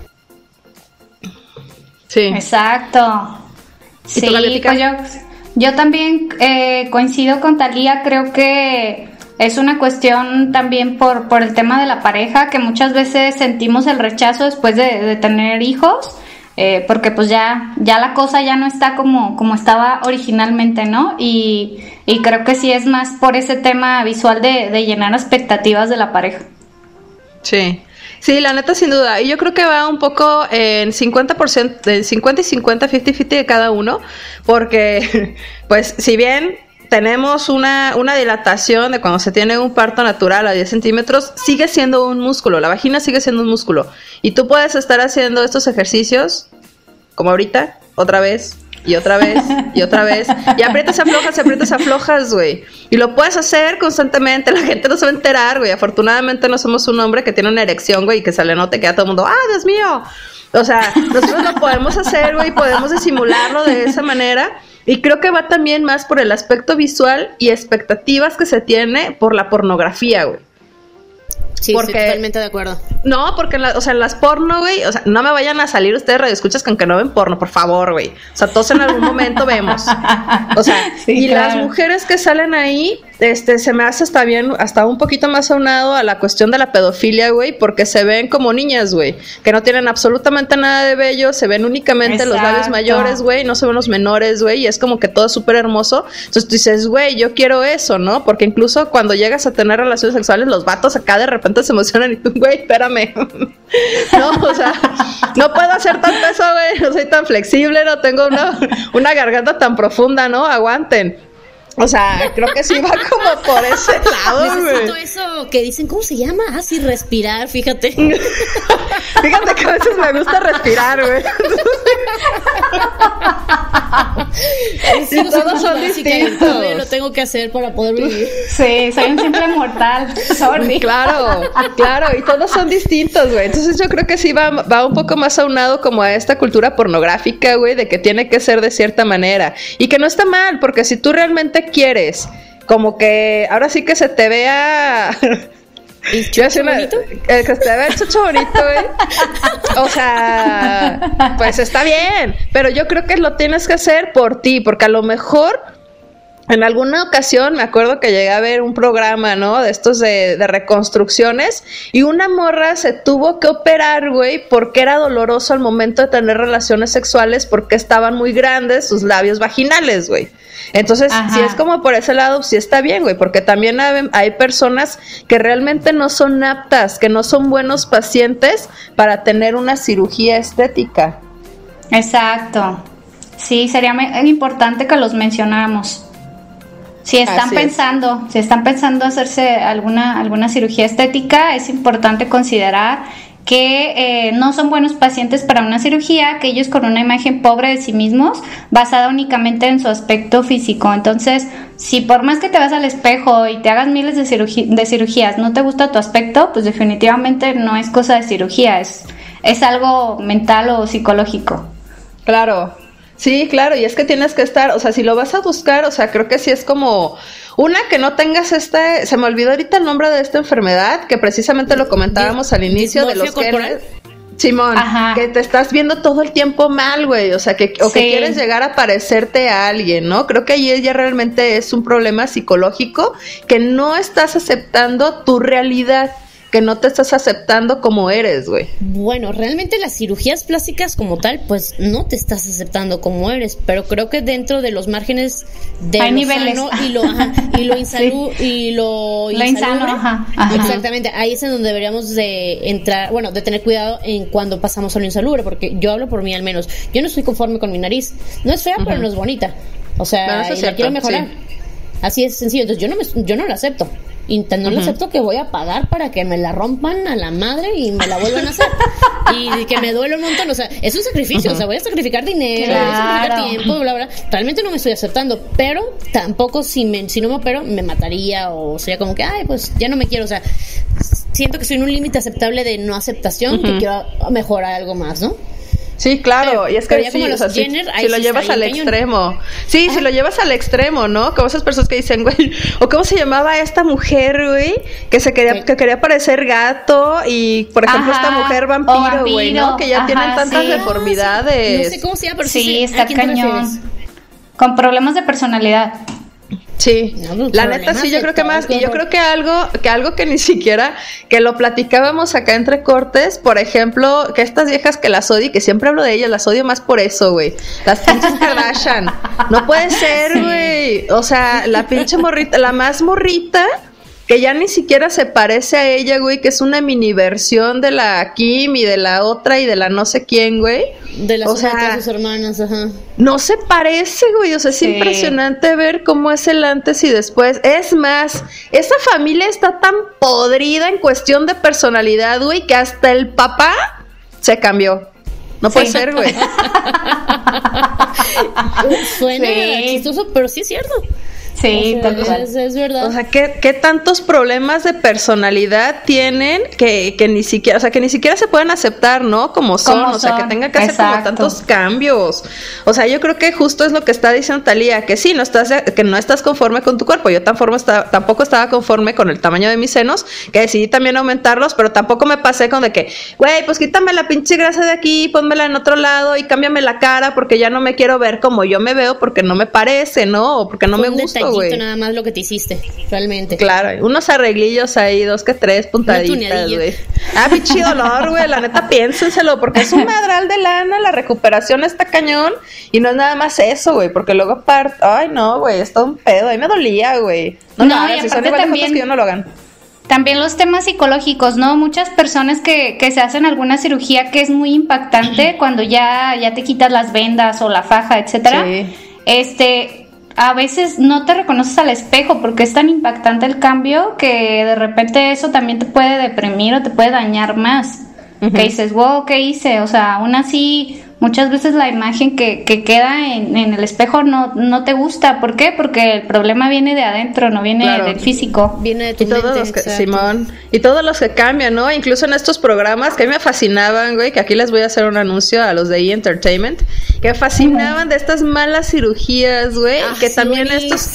S1: Sí.
S2: Exacto. Sí, pues yo también coincido con Talía, creo que es una cuestión también por el tema de la pareja, que muchas veces sentimos el rechazo después de tener hijos, porque pues ya la cosa ya no está como estaba originalmente, ¿no? Y creo que sí es más por ese tema visual de llenar expectativas de la pareja.
S1: Sí. Sí, la neta, sin duda. Y yo creo que va un poco en 50%, en 50 y 50, 50-50 de cada uno, porque, pues, si bien tenemos una dilatación de cuando se tiene un parto natural a 10 centímetros, sigue siendo un músculo, la vagina sigue siendo un músculo. Y tú puedes estar haciendo estos ejercicios, como ahorita, otra vez, y otra vez, y otra vez, y aprietas, aflojas, güey. Y lo puedes hacer constantemente, la gente no se va a enterar, güey. Afortunadamente no somos un hombre que tiene una erección, güey, y que se le note que a todo el mundo, ¡ah, Dios mío! O sea, nosotros lo podemos hacer, güey, podemos disimularlo de esa manera. Y creo que va también más por el aspecto visual y expectativas que se tiene por la pornografía, güey.
S3: Sí, estoy totalmente de acuerdo.
S1: No, porque en las porno, güey, o sea, no me vayan a salir ustedes radioescuchas con que no ven porno, por favor, güey. O sea, todos en algún momento vemos. O sea, sí, y claro. Las mujeres que salen ahí, se me hace hasta un poquito más aunado a la cuestión de la pedofilia, güey, porque se ven como niñas, güey, que no tienen absolutamente nada de bello, se ven únicamente Exacto. Los labios mayores, güey, no se ven los menores, güey, y es como que todo es súper hermoso. Entonces tú dices, güey, yo quiero eso, ¿no? Porque incluso cuando llegas a tener relaciones sexuales, los vatos acá de repente se emocionan y tú, güey, espérame. No, o sea, no puedo hacer tanto eso, güey, no soy tan flexible, no tengo una garganta tan profunda, ¿no? Aguanten. O sea, creo que sí va como por ese lado, güey.
S3: Necesito eso que dicen, ¿cómo se llama? Ah, sí, respirar, fíjate.
S1: Fíjate que a veces me gusta respirar, güey.
S3: Sí, y todos son distintos. Lo tengo que hacer para poder vivir.
S2: Sí, soy un simple mortal. Sorry.
S1: Claro, y todos son distintos, güey. Entonces yo creo que sí va un poco más aunado como a esta cultura pornográfica, güey, de que tiene que ser de cierta manera. Y que no está mal, porque si tú realmente quieres, como que ahora sí que se te vea
S3: ¿El chocho bonito?
S1: Que se te vea el chocho bonito, güey. O sea, pues está bien, pero yo creo que lo tienes que hacer por ti, porque a lo mejor en alguna ocasión me acuerdo que llegué a ver un programa, ¿no? De estos de reconstrucciones, y una morra se tuvo que operar, güey, porque era doloroso al momento de tener relaciones sexuales, porque estaban muy grandes sus labios vaginales, güey. Entonces, Ajá. Si es como por ese lado, sí está bien, güey, porque también hay personas que realmente no son aptas, que no son buenos pacientes para tener una cirugía estética.
S2: Exacto. Sí, sería importante que los mencionáramos. Si están pensando hacerse alguna cirugía estética, es importante considerar que no son buenos pacientes para una cirugía, que ellos con una imagen pobre de sí mismos, basada únicamente en su aspecto físico. Entonces, si por más que te vas al espejo y te hagas miles de cirugías, no te gusta tu aspecto, pues definitivamente no es cosa de cirugía, es algo mental o psicológico.
S1: Claro, sí, claro, y es que tienes que estar, o sea, si lo vas a buscar, o sea, creo que sí es como una que no tengas se me olvidó ahorita el nombre de esta enfermedad, que precisamente lo comentábamos al inicio de los genes. Simón, ajá, que te estás viendo todo el tiempo mal, güey, o sea, que quieres llegar a parecerte a alguien, ¿no? Creo que ahí ya realmente es un problema psicológico, que no estás aceptando tu realidad, que no te estás aceptando como eres, güey.
S3: Bueno, realmente las cirugías plásticas como tal, pues no te estás aceptando como eres, pero creo que dentro de los márgenes de
S2: hay
S3: lo
S2: niveles
S3: sano y lo insalubre, sí, y lo insalubre,
S2: ajá.
S3: Exactamente, ahí es en donde deberíamos de entrar, bueno, de tener cuidado en cuando pasamos a lo insalubre, porque yo hablo por mí al menos, yo no estoy conforme con mi nariz, no es fea, pero no es bonita, o sea, y la quiero mejorar, sí. Así es sencillo, entonces yo no la acepto. Y no le acepto que voy a pagar para que me la rompan a la madre y me la vuelvan a hacer y que me duele un montón, o sea, es un sacrificio, o sea, voy a sacrificar dinero, claro, voy a sacrificar tiempo, bla, bla, realmente no me estoy aceptando, pero tampoco si no me opero me mataría o sería como que, ay, pues ya no me quiero, o sea, siento que estoy en un límite aceptable de no aceptación, que quiero mejorar algo más, ¿no?
S1: Sí, claro, y es que sí, o sea, si lo llevas al extremo. Sí, si lo llevas al extremo, ¿no? Como esas personas que dicen, güey, o cómo se llamaba esta mujer, güey, que quería parecer gato y, por ejemplo, esta mujer vampiro, güey, ¿no? Que ya tienen tantas deformidades.
S3: No sé cómo se llama, pero
S2: sí está cañón. Con problemas de personalidad.
S1: Sí, no, la neta sí, yo creo que más, y yo creo que algo que ni siquiera, que lo platicábamos acá entre cortes, por ejemplo, que estas viejas que las odio, que siempre hablo de ellas, las odio más por eso, güey, las pinches Kardashian, no puede ser, güey, o sea, la pinche morrita, la más morrita, que ya ni siquiera se parece a ella, güey, que es una mini versión de la Kim y de la otra y de la no sé quién, güey.
S3: De las otras sus hermanas, ajá.
S1: No se parece, güey, o sea, es impresionante ver cómo es el antes y después. Es más, esa familia está tan podrida en cuestión de personalidad, güey, que hasta el papá se cambió. No puede ser, güey.
S3: Suena chistoso, pero sí es cierto.
S2: Sí,
S3: o sea, es verdad.
S1: O sea, ¿qué tantos problemas de personalidad tienen que ni siquiera, o sea, que ni siquiera se pueden aceptar, ¿no? Como son, o sea, que tengan que hacer como tantos cambios. O sea, yo creo que justo es lo que está diciendo Talía, que sí, que no estás conforme con tu cuerpo. Yo tampoco estaba conforme con el tamaño de mis senos, que decidí también aumentarlos, pero tampoco me pasé con de que, güey, pues quítame la pinche grasa de aquí, pónmela en otro lado y cámbiame la cara porque ya no me quiero ver como yo me veo porque no me parece, ¿no? O porque no me gusta.
S3: Güey. Nada más lo que te hiciste, realmente.
S1: Claro, unos arreglillos ahí, 2 que 3 puntaditas, güey. Pinche dolor, güey, la neta piénsenselo, porque es un madral de lana, la recuperación está cañón, y no es nada más eso, güey, porque luego aparte, ay no, güey, es todo un pedo, ahí me dolía, güey. No lo hagan, si son igual de que yo no lo hagan.
S2: También los temas psicológicos, ¿no? Muchas personas que se hacen alguna cirugía que es muy impactante cuando ya te quitas las vendas o la faja, etcétera. Sí. A veces no te reconoces al espejo porque es tan impactante el cambio que de repente eso también te puede deprimir o te puede dañar más. Que dices, wow, ¿qué hice? O sea, aún así, muchas veces la imagen que queda en el espejo no te gusta. ¿Por qué? Porque el problema viene de adentro, no viene del físico.
S3: Viene de tu mente,
S1: todos los que, Simón, y todos los que cambian, ¿no? Incluso en estos programas que a mí me fascinaban, güey, que aquí les voy a hacer un anuncio a los de E! Entertainment, que fascinaban de estas malas cirugías, güey, que también estos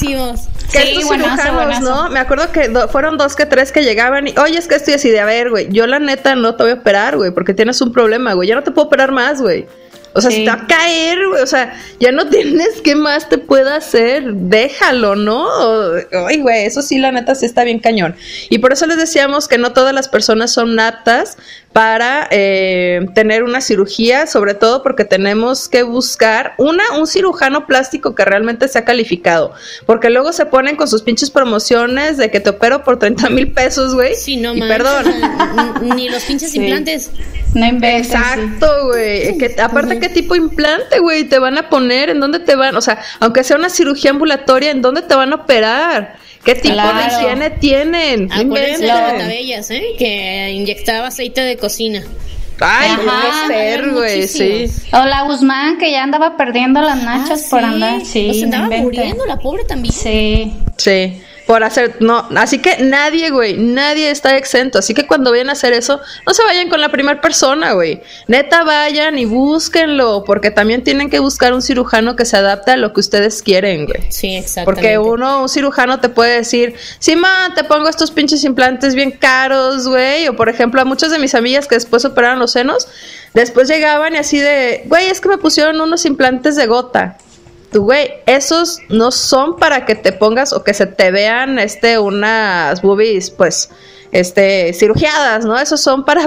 S1: cirujanos, ¿no? Me acuerdo que fueron 2 que 3 que llegaban y, oye, es que estoy así de, a ver, güey, yo la neta no te voy a operar, güey, porque tienes un problema, güey, ya no te puedo operar más, güey. O sea, si te va a caer, güey, o sea, ya no tienes qué más te pueda hacer, déjalo, ¿no? Ay, güey, eso sí, la neta, sí está bien cañón. Y por eso les decíamos que no todas las personas son aptas para tener una cirugía, sobre todo porque tenemos que buscar un cirujano plástico que realmente sea calificado, porque luego se ponen con sus pinches promociones de que te opero por 30,000 pesos, güey.
S3: Sí, no
S1: y
S3: manches,
S1: perdón.
S3: Ni los pinches implantes.
S2: No inventes.
S1: Exacto, güey. Aparte, ¿qué tipo de implante, güey, te van a poner? ¿En dónde te van? O sea, aunque sea una cirugía ambulatoria, ¿en dónde te van a operar? ¿Qué tipo de higiene tienen?
S3: Acuérdense de las tabellas, que inyectaba aceite de cocina.
S1: Ay,
S2: Ajá.
S1: puede ser, güey, sí.
S2: O la Guzmán, que ya andaba perdiendo las nachas por andar. Sí,
S3: se andaba
S2: no inventes.
S3: muriendo, la pobre también.
S2: Sí.
S1: Sí, por hacer, no, así que nadie, güey, nadie está exento, así que cuando vayan a hacer eso, no se vayan con la primera persona, güey, neta vayan y búsquenlo, porque también tienen que buscar un cirujano que se adapte a lo que ustedes quieren, güey.
S3: Sí, exactamente.
S1: Porque un cirujano te puede decir, sí, ma, te pongo estos pinches implantes bien caros, güey, o por ejemplo a muchas de mis amigas que después operaron los senos, después llegaban y así de, güey, es que me pusieron unos implantes de gota. Tú, güey, esos no son para que te pongas o que se te vean unas boobies, pues, cirugiadas, ¿no? Esos son para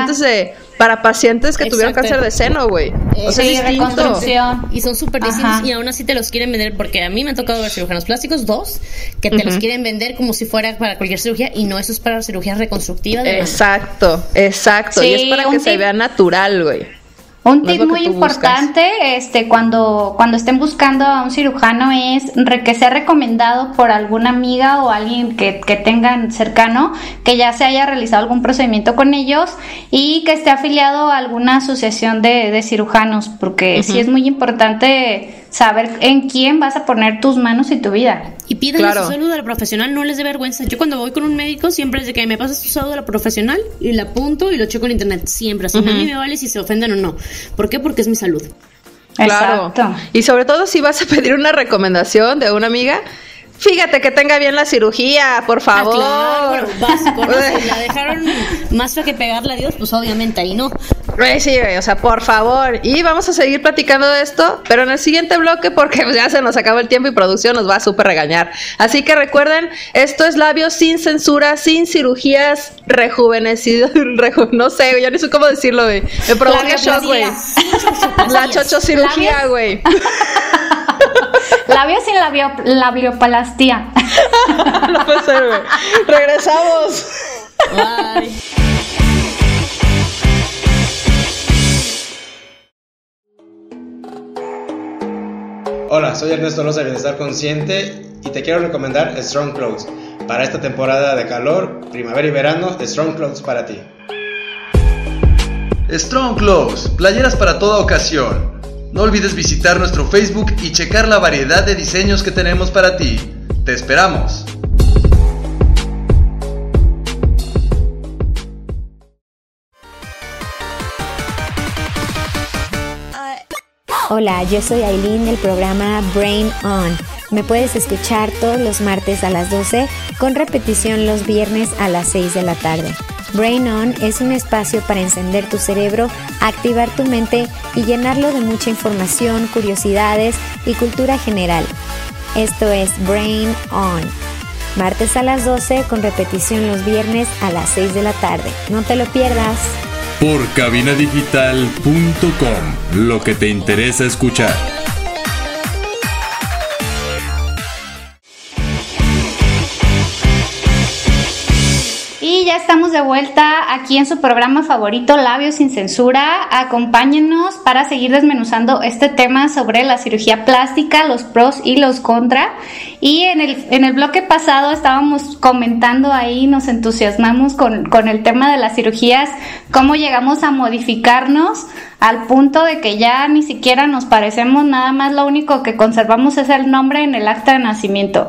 S1: pacientes que tuvieron cáncer de seno, güey. O sea,
S2: Sí,
S1: es distinto.
S2: reconstrucción.
S3: Y son súper distintos y aún así te los quieren vender, porque a mí me ha tocado ver cirujanos plásticos, 2, que te los quieren vender como si fuera para cualquier cirugía, y no, eso es para cirugía reconstructiva.
S1: Exacto.
S2: Sí,
S1: y es para que se vea natural, güey.
S2: Un
S1: No es
S2: tip
S1: lo que
S2: muy
S1: tú
S2: importante, cuando estén buscando a un cirujano es que sea recomendado por alguna amiga o alguien que tengan cercano, que ya se haya realizado algún procedimiento con ellos y que esté afiliado a alguna asociación de cirujanos, porque sí es muy importante saber en quién vas a poner tus manos y tu vida.
S3: Y pídanle su cédula profesional, no les dé vergüenza. Yo cuando voy con un médico siempre es de que me pasas tu cédula profesional y la apunto y lo checo en internet, siempre. Así a mí me vale si se ofenden o no. ¿Por qué? Porque es mi salud.
S1: Claro.
S2: Exacto.
S1: Y sobre todo si vas a pedir una recomendación de una amiga, fíjate que tenga bien la cirugía, por favor.
S3: Claro, bueno, básico, ¿no? Si la dejaron más fea que pegarle a Dios, pues obviamente ahí no.
S1: Sí, o sea, por favor. Y vamos a seguir platicando de esto, pero en el siguiente bloque, porque ya se nos acabó el tiempo y producción nos va a súper regañar. Así que recuerden, esto es Labios sin censura, sin cirugías rejuvenecidas. No sé, ya no sé cómo decirlo, güey. Me provoca shock, güey. La chochocirugía, güey.
S2: Labios sin labioplastia.
S1: No puede ser, güey. Regresamos.
S3: Bye.
S7: Hola, soy Ernesto Rosa de Bienestar Consciente y te quiero recomendar Strong Clothes. Para esta temporada de calor, primavera y verano, Strong Clothes para ti.
S8: Strong Clothes, playeras para toda ocasión. No olvides visitar nuestro Facebook y checar la variedad de diseños que tenemos para ti. ¡Te esperamos!
S9: Hola, yo soy Aileen del programa Brain On. Me puedes escuchar todos los martes a las 12 con repetición los viernes a las 6 de la tarde. Brain On es un espacio para encender tu cerebro, activar tu mente y llenarlo de mucha información, curiosidades y cultura general. Esto es Brain On. Martes a las 12 con repetición los viernes a las 6 de la tarde. No te lo pierdas.
S10: Por cabinadigital.com, lo que te interesa escuchar.
S2: Y ya estamos de vuelta aquí en su programa favorito, Labios sin Censura. Acompáñenos para seguir desmenuzando este tema sobre la cirugía plástica, los pros y los contra. Y en el bloque pasado estábamos comentando ahí, nos entusiasmamos con el tema de las cirugías, cómo llegamos a modificarnos al punto de que ya ni siquiera nos parecemos, nada más lo único que conservamos es el nombre en el acta de nacimiento.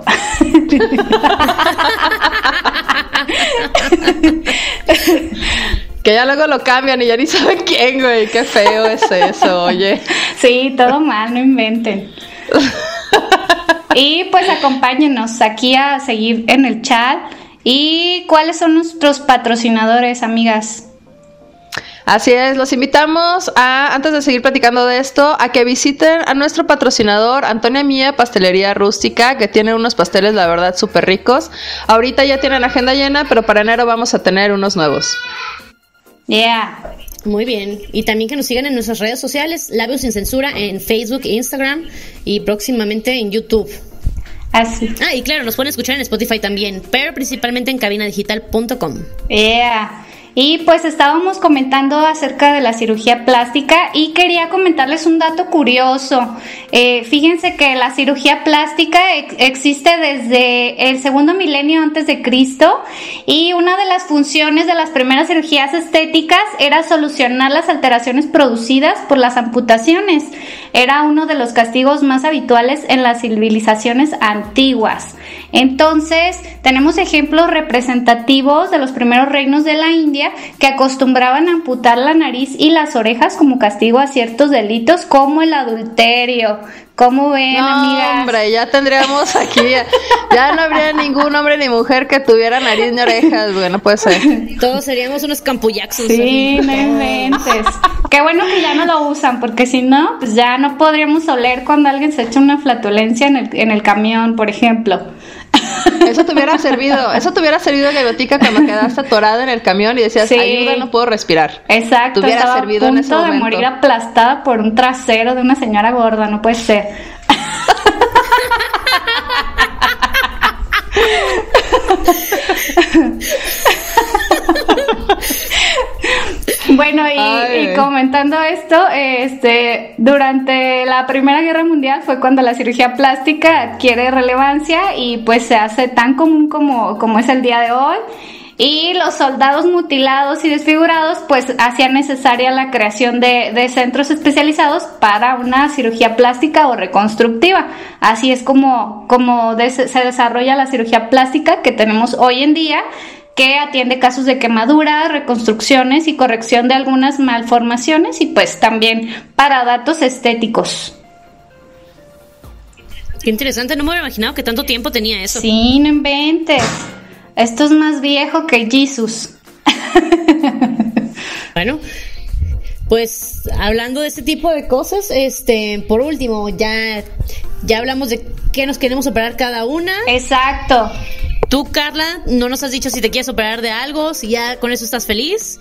S1: Que ya luego lo cambian y ya ni saben quién, güey. Qué feo es eso, oye.
S2: Sí, todo mal, no inventen. Y pues acompáñenos aquí a seguir en el chat. ¿Y cuáles son nuestros patrocinadores, amigas?
S1: Así es, los invitamos antes de seguir platicando de esto, a que visiten a nuestro patrocinador, Antonia Mía Pastelería Rústica, que tiene unos pasteles, la verdad, súper ricos. Ahorita ya tienen agenda llena, pero para enero vamos a tener unos nuevos.
S2: Yeah.
S3: Muy bien. Y también que nos sigan en nuestras redes sociales, Labios sin Censura, en Facebook e Instagram, y próximamente en YouTube.
S2: Así.
S3: Y claro, nos pueden escuchar en Spotify también, pero principalmente en cabinadigital.com.
S2: Yeah. Y pues estábamos comentando acerca de la cirugía plástica y quería comentarles un dato curioso. Fíjense que la cirugía plástica existe desde el segundo milenio antes de Cristo, y una de las funciones de las primeras cirugías estéticas era solucionar las alteraciones producidas por las amputaciones. Era uno de los castigos más habituales en las civilizaciones antiguas. Entonces, tenemos ejemplos representativos de los primeros reinos de la India que acostumbraban a amputar la nariz y las orejas como castigo a ciertos delitos como el adulterio. ¿Cómo ven, amigas?
S1: Hombre, ya tendríamos aquí, ya no habría ningún hombre ni mujer que tuviera nariz ni orejas, güey, no puede ser.
S3: Todos seríamos unos campuyaxos.
S2: Sí, no inventes. Qué bueno que ya no lo usan, porque si no, pues ya no podríamos oler cuando alguien se echa una flatulencia en el camión, por ejemplo.
S1: Eso te hubiera servido, Gaiotica, cuando quedaste atorada en el camión y decías, sí, ayuda, no puedo respirar.
S2: Exacto,
S1: te hubiera
S2: estaba
S1: servido
S2: a punto
S1: en ese
S2: de
S1: momento.
S2: morir aplastada por un trasero de una señora gorda, no puede ser. Bueno, y comentando esto, durante la Primera Guerra Mundial fue cuando la cirugía plástica adquiere relevancia y pues se hace tan común como es el día de hoy. Y los soldados mutilados y desfigurados pues hacían necesaria la creación de centros especializados para una cirugía plástica o reconstructiva. Así es como se desarrolla la cirugía plástica que tenemos hoy en día, que atiende casos de quemaduras, reconstrucciones y corrección de algunas malformaciones, y pues también para datos estéticos.
S3: Qué interesante, no me hubiera imaginado que tanto tiempo tenía eso.
S2: Sí, no inventes. Esto es más viejo que Jesús.
S3: Bueno, pues hablando de este tipo de cosas, por último, ya hablamos de qué nos queremos operar cada una.
S2: Exacto.
S3: Tú, Carla, no nos has dicho si te quieres operar de algo, si ya con eso estás feliz.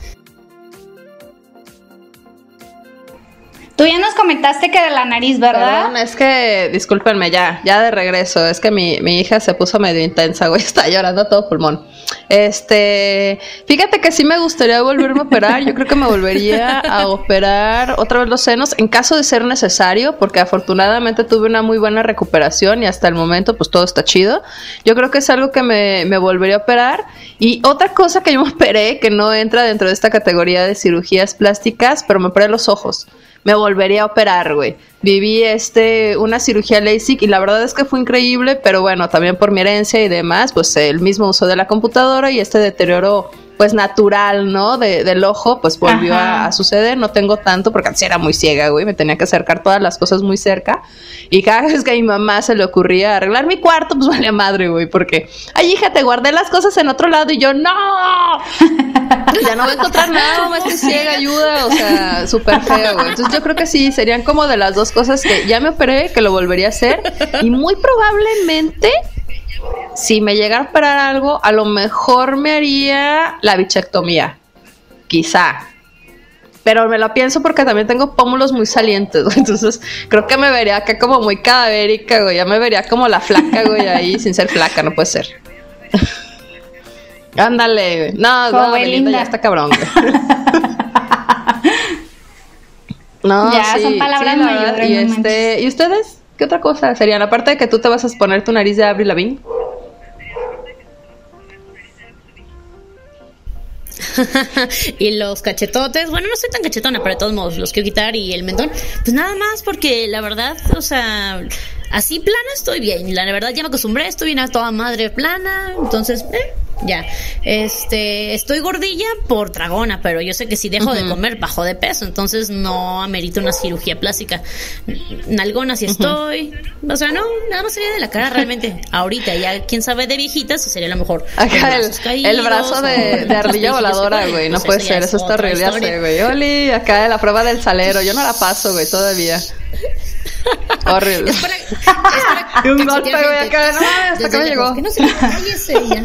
S2: Tú ya nos comentaste que de la nariz, ¿verdad?
S1: Perdón, es que, discúlpenme, ya de regreso. Es que mi hija se puso medio intensa, güey, está llorando a todo pulmón. Fíjate que sí me gustaría volverme a operar. Yo creo que me volvería a operar otra vez los senos en caso de ser necesario, porque afortunadamente tuve una muy buena recuperación y hasta el momento pues todo está chido. Yo creo que es algo que me volvería a operar. Y otra cosa que yo me operé, que no entra dentro de esta categoría de cirugías plásticas, pero me operé los ojos. Me volvería a operar, güey. Viví una cirugía LASIK y la verdad es que fue increíble, pero bueno, también por mi herencia y demás, pues el mismo uso de la computadora y deterioro pues natural, ¿no? Del ojo, pues volvió a suceder. No tengo tanto porque antes era muy ciega, güey, me tenía que acercar todas las cosas muy cerca, y cada vez que a mi mamá se le ocurría arreglar mi cuarto, pues valía madre, güey, porque, ay, hija, te guardé las cosas en otro lado, y yo, ¡no! Ya no voy a encontrar nada, mamá, estoy ciega, ayuda, o sea, súper feo, güey. Entonces yo creo que sí, serían como de las dos cosas que ya me operé, que lo volvería a hacer, y muy probablemente, si me llegara a operar algo, a lo mejor me haría la bichectomía, quizá. Pero me lo pienso porque también tengo pómulos muy salientes, güey. Entonces creo que me vería acá como muy cadavérica, güey. Ya me vería como la flaca, güey, ahí sin ser flaca, no puede ser. Ándale, güey. No, Belinda ya está cabrón, güey. No,
S2: ya,
S1: sí,
S2: son palabras
S1: sí,
S2: mayores.
S1: ¿Y ustedes? ¿Qué otra cosa serían? Aparte de que tú te vas a poner tu nariz de Avril Lavigne.
S3: Y los cachetotes, bueno, no soy tan cachetona, pero de todos modos los quiero quitar, y el mentón, pues nada más porque la verdad, o sea, así plana estoy bien, la verdad ya me acostumbré, estoy bien a toda madre plana, entonces, ya, estoy gordilla por tragona, pero yo sé que si dejo de comer bajo de peso, entonces no amerito una cirugía plástica. Nalgona sí estoy, o sea, no, nada más sería de la cara realmente. Ahorita ya, quién sabe de viejitas, sería a lo mejor
S1: acá el brazo de ardilla voladora, güey, no puede ser, eso está horrible hacer, güey. Oli, acá la prueba del salero, yo no la paso, güey, todavía. Horrible.
S3: Es para
S1: un golpe, güey, acá, no, hasta que me llegó.
S3: Que no se me cállese ya.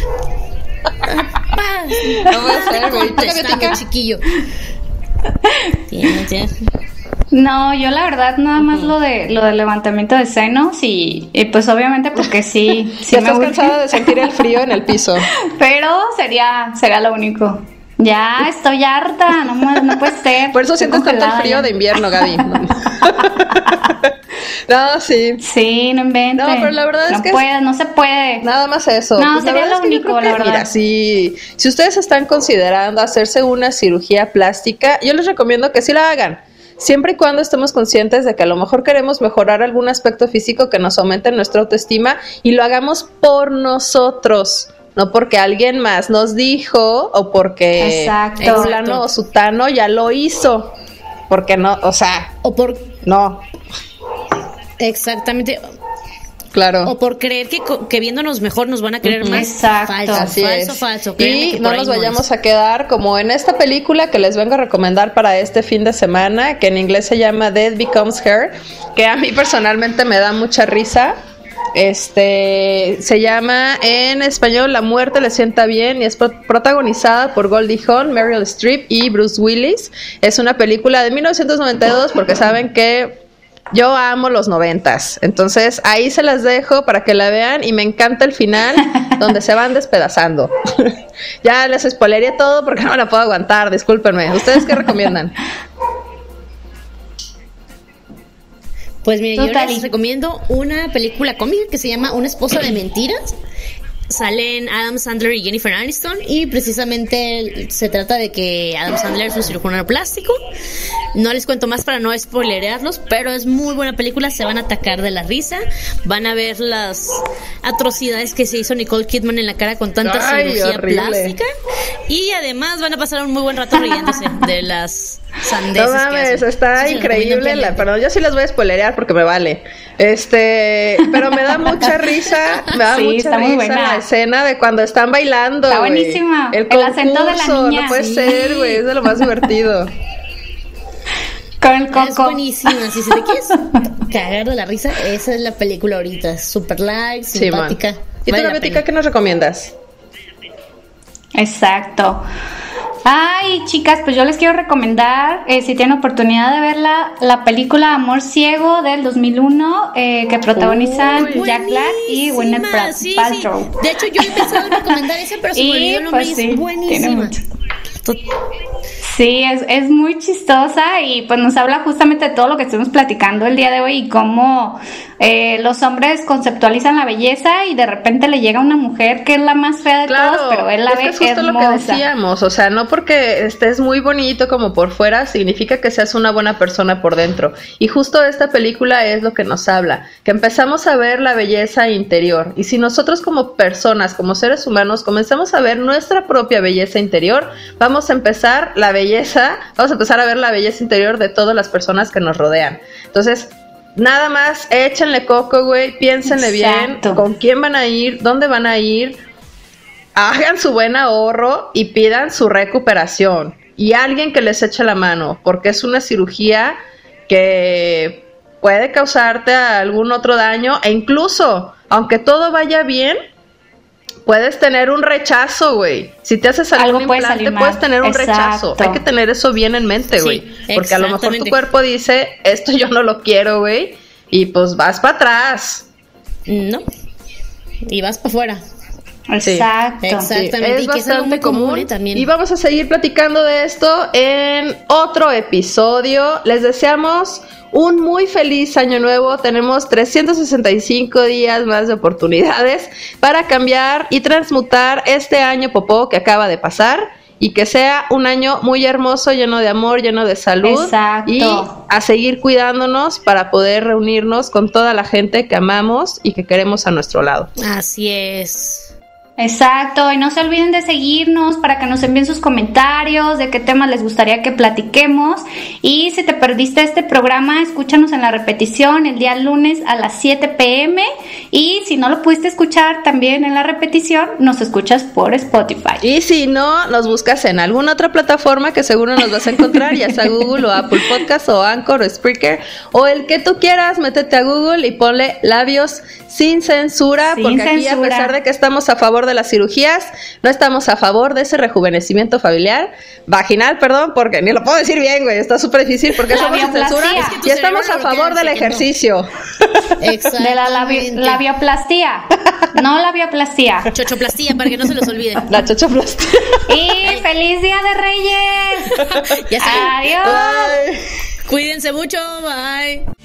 S1: No puede ser, güey.
S3: Está chiquillo. ¿Tienes?
S2: No, yo la verdad nada más lo del levantamiento de senos y pues obviamente porque sí
S1: ya estás cansada de sentir el frío en el piso.
S2: Pero sería lo único. Ya, estoy harta, no puede ser.
S1: Por eso sientes tanto el frío de invierno, Gaby. No, sí.
S2: Sí, no inventes.
S1: No, pero la verdad es que
S2: no se puede.
S1: Nada más eso.
S2: No,
S1: pues
S2: sería lo único, la verdad.
S1: Mira, si ustedes están considerando hacerse una cirugía plástica, yo les recomiendo que sí la hagan. Siempre y cuando estemos conscientes de que a lo mejor queremos mejorar algún aspecto físico que nos aumente nuestra autoestima y lo hagamos por nosotros. No porque alguien más nos dijo o porque fulano o sutano ya lo hizo. Porque no, o sea... No.
S3: Exactamente.
S1: Claro.
S3: O por creer que viéndonos mejor nos van a querer más.
S2: Exacto.
S3: Falso.
S1: Y no nos vayamos a quedar como en esta película que les vengo a recomendar para este fin de semana, que en inglés se llama Death Becomes Her, que a mí personalmente me da mucha risa. Se llama en español La muerte le sienta bien y es protagonizada por Goldie Hawn, Meryl Streep y Bruce Willis. Es una película de 1992 porque saben que yo amo los 90s, entonces ahí se las dejo para que la vean y me encanta el final donde se van despedazando. Ya les spoileré todo porque no me la puedo aguantar, discúlpenme. ¿Ustedes qué recomiendan?
S3: Pues miren, yo les recomiendo una película cómica que se llama Una esposa de mentiras. Salen Adam Sandler y Jennifer Aniston y precisamente se trata de que Adam Sandler es un cirujano plástico. No les cuento más para no spoilerearlos, pero es muy buena película, se van a atacar de la risa, van a ver las atrocidades que se hizo Nicole Kidman en la cara con tanta cirugía plástica y además van a pasar un muy buen rato riéndose de las sandeces. No mames,
S1: que hacen. Está increíble, pero yo sí les voy a spoilerear porque me vale. Pero me da mucha risa,
S2: muy buena
S1: la escena de cuando están bailando.
S2: Está buenísima.
S1: El acento de la niña. No puede ser, güey, es de lo más divertido.
S2: Con el coco.
S3: Es buenísima, si te quieres cagar de la risa, esa es la película ahorita, super light, simpática.
S1: ¿Y tú, Gabiótica, qué nos recomiendas?
S2: Exacto. Ay, chicas, pues yo les quiero recomendar, si tienen oportunidad de ver la película Amor Ciego del 2001, que protagonizan Jack Black y Gwyneth Paltrow.
S3: De hecho, yo he pensado en recomendar esa, pero se me olvidó el nombre y es buenísima.
S2: Sí, es muy chistosa y pues nos habla justamente de todo lo que estuvimos platicando el día de hoy y cómo los hombres conceptualizan la belleza y de repente le llega una mujer que es la más fea de todos, pero él la ve
S1: hermosa. Es justo lo que decíamos, o sea, no porque estés muy bonito como por fuera significa que seas una buena persona por dentro. Y justo esta película es lo que nos habla, que empezamos a ver la belleza interior. Y si nosotros como personas, como seres humanos, comenzamos a ver nuestra propia belleza interior, vamos a empezar a ver la belleza interior de todas las personas que nos rodean. Entonces, nada más, échenle coco, güey, piénsenle bien con quién van a ir, dónde van a ir, hagan su buen ahorro y pidan su recuperación. Y alguien que les eche la mano, porque es una cirugía que puede causarte algún otro daño e incluso, aunque todo vaya bien, puedes tener un rechazo, güey. Si te haces algún implante, puedes tener un rechazo. Hay que tener eso bien en mente, güey. Porque a lo mejor tu cuerpo dice, esto yo no lo quiero, güey. Y pues vas para atrás.
S3: No. Y vas para afuera.
S2: Exacto.
S3: Exactamente.
S1: Es bastante común
S3: también.
S1: Y vamos a seguir platicando de esto en otro episodio. Les deseamos un muy feliz año nuevo. Tenemos 365 días más de oportunidades para cambiar y transmutar este año popó que acaba de pasar y que sea un año muy hermoso, lleno de amor, lleno de salud.
S2: Exacto.
S1: Y a seguir cuidándonos para poder reunirnos con toda la gente que amamos y que queremos a nuestro lado.
S3: Así es.
S2: Exacto, y no se olviden de seguirnos para que nos envíen sus comentarios de qué temas les gustaría que platiquemos. Y si te perdiste este programa, escúchanos en la repetición el día lunes a las 7 p.m. Y si no lo pudiste escuchar también en la repetición, nos escuchas por Spotify.
S1: Y si no, nos buscas en alguna otra plataforma que seguro nos vas a encontrar, ya sea Google o Apple Podcast o Anchor o Spreaker o el que tú quieras. Métete a Google y ponle Labios sin censura, porque aquí, a pesar de que estamos a favor favor de las cirugías, no estamos a favor de ese rejuvenecimiento vaginal, porque ni lo puedo decir bien, güey, está súper difícil porque somos sin censura, y estamos a favor del ejercicio.
S2: De la labioplastía. No labioplastía.
S3: Chochoplastía, para que no se los olvide.
S1: La chochoplastía.
S2: Y feliz Día de Reyes.
S3: Ya saben.
S2: Adiós.
S1: Bye.
S3: Cuídense mucho, bye.